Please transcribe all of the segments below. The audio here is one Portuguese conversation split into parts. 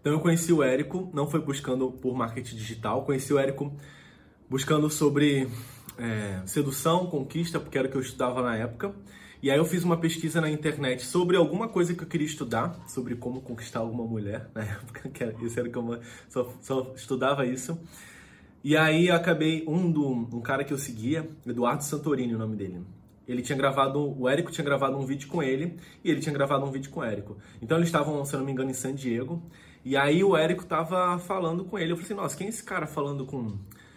Então eu conheci o Érico, não foi buscando por marketing digital, conheci o Érico buscando sobre sedução, conquista, porque era o que eu estudava na época. E aí eu fiz uma pesquisa na internet sobre alguma coisa que eu queria estudar, sobre como conquistar alguma mulher, na época, isso era que eu só estudava isso. E aí eu acabei, um cara que eu seguia, Eduardo Santorini, o nome dele. O Érico tinha gravado um vídeo com ele e ele tinha gravado um vídeo com o Érico. Então eles estavam, se eu não me engano, em San Diego. E aí o Érico tava falando com ele. Eu falei assim, nossa, quem é esse cara falando com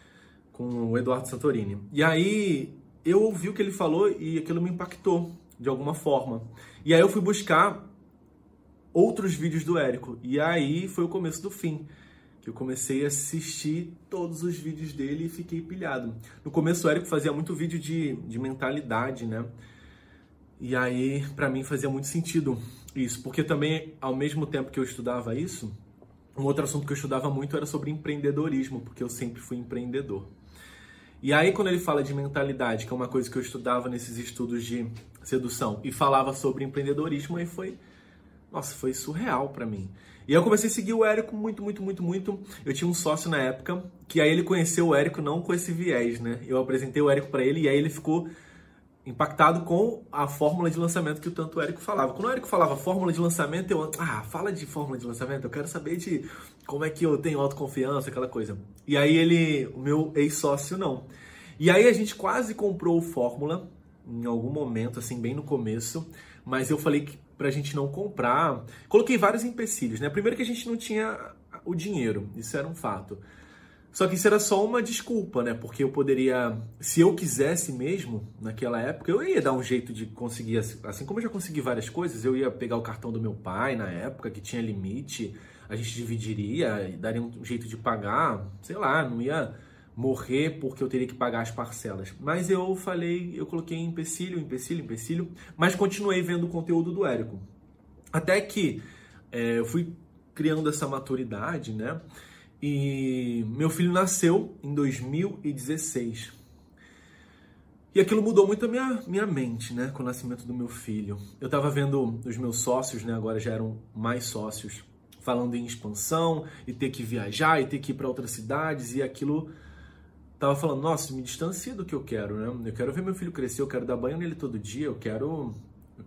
o Eduardo Santorini? E aí eu ouvi o que ele falou e aquilo me impactou de alguma forma. E aí eu fui buscar outros vídeos do Érico. E aí foi o começo do fim, que eu comecei a assistir todos os vídeos dele e fiquei pilhado. No começo o Érico fazia muito vídeo de mentalidade, né? E aí pra mim fazia muito sentido isso, porque também ao mesmo tempo que eu estudava isso, um outro assunto que eu estudava muito era sobre empreendedorismo, porque eu sempre fui empreendedor. E aí quando ele fala de mentalidade, que é uma coisa que eu estudava nesses estudos de sedução, e falava sobre empreendedorismo, aí foi surreal pra mim. E aí eu comecei a seguir o Érico muito. Eu tinha um sócio na época, que aí ele conheceu o Érico não com esse viés, né? Eu apresentei o Érico pra ele e aí ele ficou impactado com a fórmula de lançamento que o tanto Érico falava. Quando o Érico falava fórmula de lançamento, fala de fórmula de lançamento, eu quero saber de como é que eu tenho autoconfiança, aquela coisa. E aí o meu ex-sócio não. E aí a gente quase comprou o Fórmula, em algum momento, assim, bem no começo, mas eu falei que pra gente não comprar, coloquei vários empecilhos, né? Primeiro que a gente não tinha o dinheiro, isso era um fato. Só que isso era só uma desculpa, né? Porque eu poderia, se eu quisesse mesmo, naquela época, eu ia dar um jeito de conseguir, assim como eu já consegui várias coisas, eu ia pegar o cartão do meu pai na época, que tinha limite, a gente dividiria e daria um jeito de pagar, sei lá, não ia morrer porque eu teria que pagar as parcelas. Mas eu coloquei empecilho, mas continuei vendo o conteúdo do Érico. Até que eu fui criando essa maturidade, né? E meu filho nasceu em 2016. E aquilo mudou muito a minha mente, né? Com o nascimento do meu filho. Eu tava vendo os meus sócios, né? Agora já eram mais sócios, falando em expansão, e ter que viajar, e ter que ir para outras cidades, e aquilo tava falando, nossa, me distancia do que eu quero, né? Eu quero ver meu filho crescer, eu quero dar banho nele todo dia, eu quero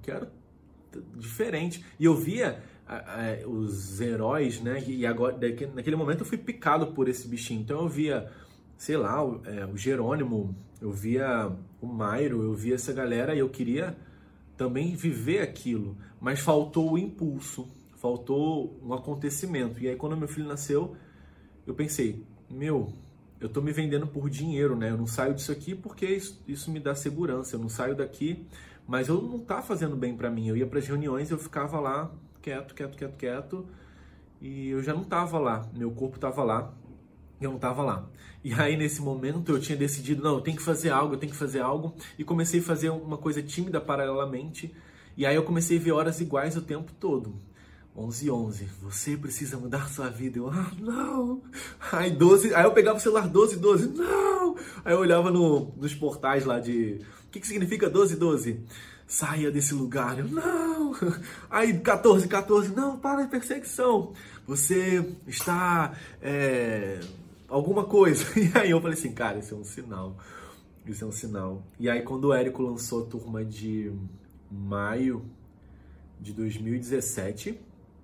diferente. E eu via os heróis, né? E agora, naquele momento eu fui picado por esse bichinho. Então eu via, sei lá, o Jerônimo, eu via o Mairo, eu via essa galera e eu queria também viver aquilo. Mas faltou o impulso, faltou um acontecimento. E aí quando meu filho nasceu, eu pensei, eu tô me vendendo por dinheiro, né? Eu não saio disso aqui porque isso me dá segurança. Eu não saio daqui, mas eu não tá fazendo bem pra mim. Eu ia pras reuniões e eu ficava lá, quieto, e eu já não tava lá. Meu corpo tava lá, eu não tava lá. E aí, nesse momento, eu tinha decidido, não, eu tenho que fazer algo. E comecei a fazer uma coisa tímida paralelamente. E aí eu comecei a ver horas iguais o tempo todo. 11:11, você precisa mudar sua vida. Eu, não. Aí 12, aí eu pegava o celular 12:12, não. Aí eu olhava nos portais lá de, o que significa 12:12? Saia desse lugar. Eu, não. Aí 14:14, não, para de perseguição. Você está, alguma coisa. E aí eu falei assim, cara, isso é um sinal. E aí quando o Érico lançou a turma de maio de 2017,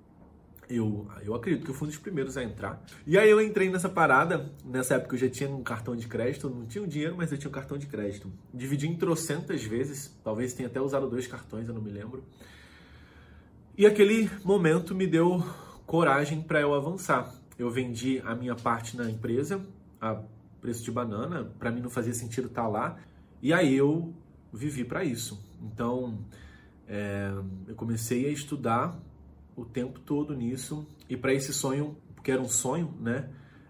eu acredito que eu fui um dos primeiros a entrar. E aí eu entrei nessa parada. Nessa época eu já tinha um cartão de crédito. Eu não tinha o dinheiro, mas eu tinha um cartão de crédito. Dividi em trocentas vezes. Talvez tenha até usado 2 cartões, eu não me lembro. E aquele momento me deu coragem para eu avançar. Eu vendi a minha parte na empresa a preço de banana. Para mim não fazia sentido estar lá. E aí eu vivi para isso. Então eu comecei a estudar o tempo todo nisso, e para esse sonho, porque era um sonho, né?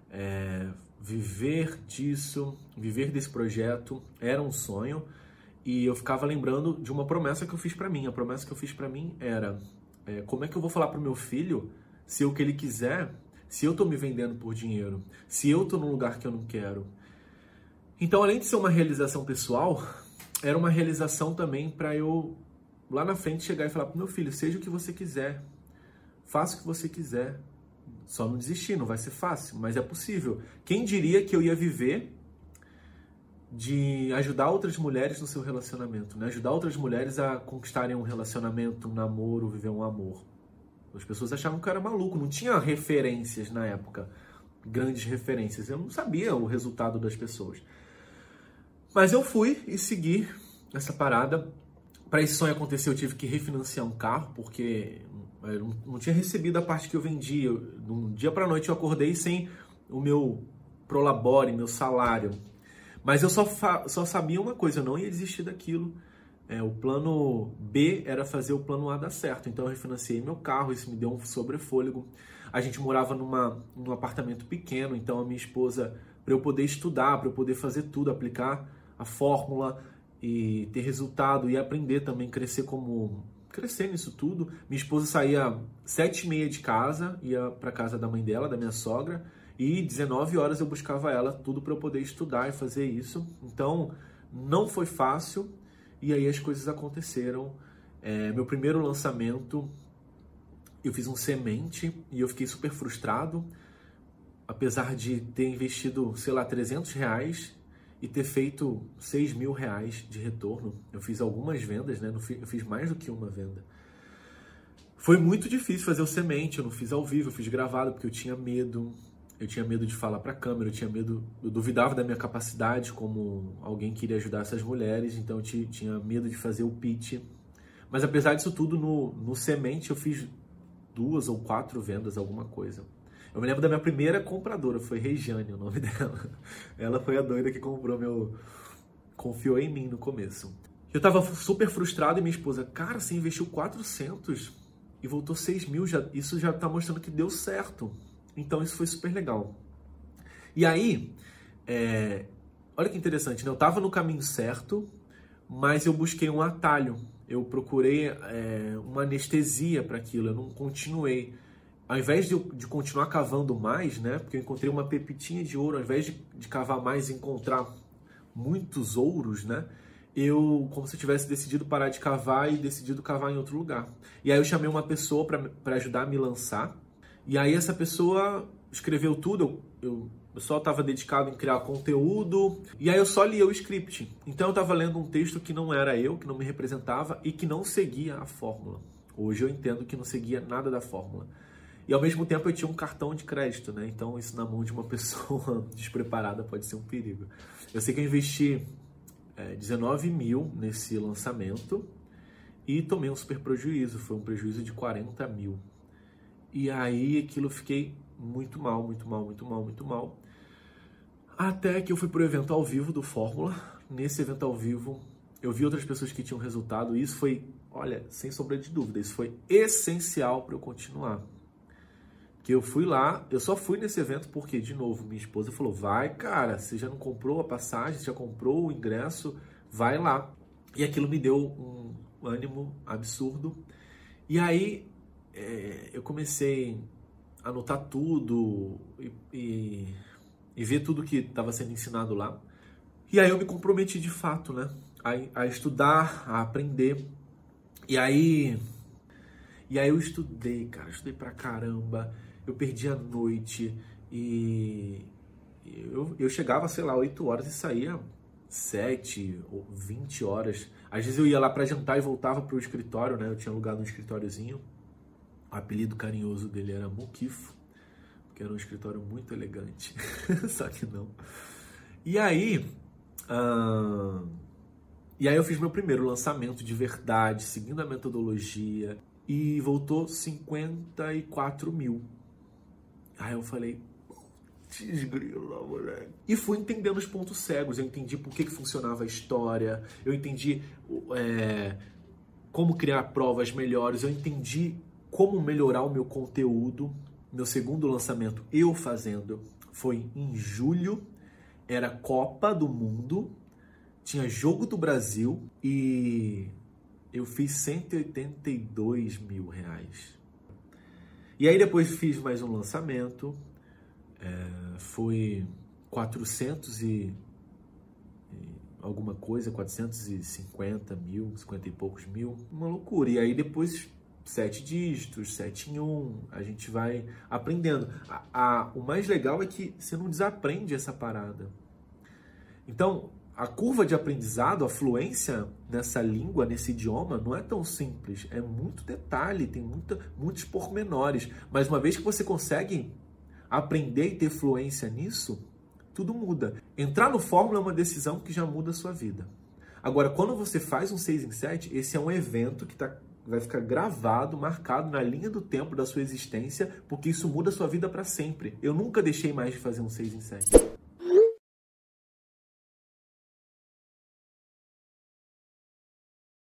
Viver disso, viver desse projeto, era um sonho, e eu ficava lembrando de uma promessa que eu fiz para mim. A promessa que eu fiz para mim era, como é que eu vou falar pro meu filho se o que ele quiser, se eu tô me vendendo por dinheiro, se eu tô num lugar que eu não quero? Então, além de ser uma realização pessoal, era uma realização também para eu, lá na frente, chegar e falar pro meu filho, seja o que você quiser, faça o que você quiser, Só não desistir, não vai ser fácil, mas é possível. Quem diria que eu ia viver de ajudar outras mulheres no seu relacionamento, né? Ajudar outras mulheres a conquistarem um relacionamento, um namoro, viver um amor. As pessoas achavam que eu era maluco, não tinha referências na época, grandes referências. Eu não sabia o resultado das pessoas. Mas eu fui e segui essa parada. Para esse sonho acontecer, eu tive que refinanciar um carro, porque eu não tinha recebido a parte que eu vendi. De um dia para a noite eu acordei sem o meu prolabore, meu salário. Mas eu só sabia uma coisa, eu não ia desistir daquilo. O plano B era fazer o plano A dar certo. Então eu refinanciei meu carro, isso me deu um sobrefôlego. A gente morava num apartamento pequeno, então a minha esposa, para eu poder estudar, para eu poder fazer tudo, aplicar a fórmula e ter resultado e aprender também, crescer nisso tudo. Minha esposa saía 7h30 de casa, ia para casa da mãe dela, da minha sogra, e 19 horas eu buscava ela, tudo para eu poder estudar e fazer isso. Então, não foi fácil, e aí as coisas aconteceram. Meu primeiro lançamento, eu fiz um semente, e eu fiquei super frustrado, apesar de ter investido, sei lá, R$300, e ter feito R$6.000 de retorno. Eu fiz algumas vendas, né? Eu fiz mais do que uma venda. Foi muito difícil fazer o semente, eu não fiz ao vivo, eu fiz gravado, porque eu tinha medo. Eu tinha medo de falar para a câmera, eu duvidava da minha capacidade como alguém que iria ajudar essas mulheres, então eu tinha medo de fazer o pitch. Mas apesar disso tudo, no semente eu fiz 2 ou 4 vendas, alguma coisa. Eu me lembro da minha primeira compradora, foi Regiane o nome dela. Ela foi a doida que confiou em mim no começo. Eu tava super frustrado e minha esposa, cara, você investiu 400 e voltou 6.000, isso já tá mostrando que deu certo. Então isso foi super legal. E aí, olha que interessante, né? Eu tava no caminho certo, mas eu busquei um atalho. Eu procurei uma anestesia para aquilo, eu não continuei. Ao invés de continuar cavando mais, né? Porque eu encontrei uma pepitinha de ouro, ao invés de cavar mais e encontrar muitos ouros, né? Eu, como se eu tivesse decidido parar de cavar e decidido cavar em outro lugar. E aí eu chamei uma pessoa para ajudar a me lançar. E aí essa pessoa escreveu tudo, eu só estava dedicado em criar conteúdo, e aí eu só lia o script. Então eu estava lendo um texto que não era eu, que não me representava e que não seguia a fórmula. Hoje eu entendo que não seguia nada da fórmula. E ao mesmo tempo eu tinha um cartão de crédito, né? Então isso na mão de uma pessoa despreparada pode ser um perigo. Eu sei que eu investi 19.000 nesse lançamento e tomei um super prejuízo, foi um prejuízo de 40.000. E aí aquilo eu fiquei muito mal, muito mal, muito mal, muito mal. Até que eu fui pro evento ao vivo do Fórmula. Nesse evento ao vivo, eu vi outras pessoas que tinham resultado. E isso foi, olha, sem sombra de dúvida, isso foi essencial para eu continuar. Que eu fui lá, eu só fui nesse evento porque, de novo, minha esposa falou, vai, cara, você já não comprou a passagem, você já comprou o ingresso, vai lá. E aquilo me deu um ânimo absurdo. E aí eu comecei a anotar tudo e ver tudo que estava sendo ensinado lá. E aí eu me comprometi de fato, né? A estudar, a aprender. E aí eu estudei, cara, estudei pra caramba. Eu perdi a noite e eu chegava, sei lá, 8 horas e saía 7 ou 20 horas. Às vezes eu ia lá para jantar e voltava pro escritório, né? Eu tinha alugado um escritóriozinho. O apelido carinhoso dele era Muquifo, porque era um escritório muito elegante. Só que não. E aí eu fiz meu primeiro lançamento de verdade, seguindo a metodologia, e voltou 54.000. Aí eu falei, desgrila, moleque. E fui entendendo os pontos cegos. Eu entendi por que funcionava a história, eu entendi como criar provas melhores, eu entendi como melhorar o meu conteúdo. Meu segundo lançamento, eu fazendo, foi em julho, era Copa do Mundo, tinha Jogo do Brasil e eu fiz R$182.000. E aí depois fiz mais um lançamento, foi 400 e alguma coisa, 450.000, 50 e poucos mil, uma loucura. E aí depois 7 dígitos, 7 em 1, a gente vai aprendendo. O mais legal é que você não desaprende essa parada. Então, a curva de aprendizado, a fluência nessa língua, nesse idioma, não é tão simples. É muito detalhe, tem muitos pormenores. Mas uma vez que você consegue aprender e ter fluência nisso, tudo muda. Entrar no Fórmula é uma decisão que já muda a sua vida. Agora, quando você faz um 6 em 7, esse é um evento que vai ficar gravado, marcado na linha do tempo da sua existência, porque isso muda a sua vida para sempre. Eu nunca deixei mais de fazer um 6 em 7.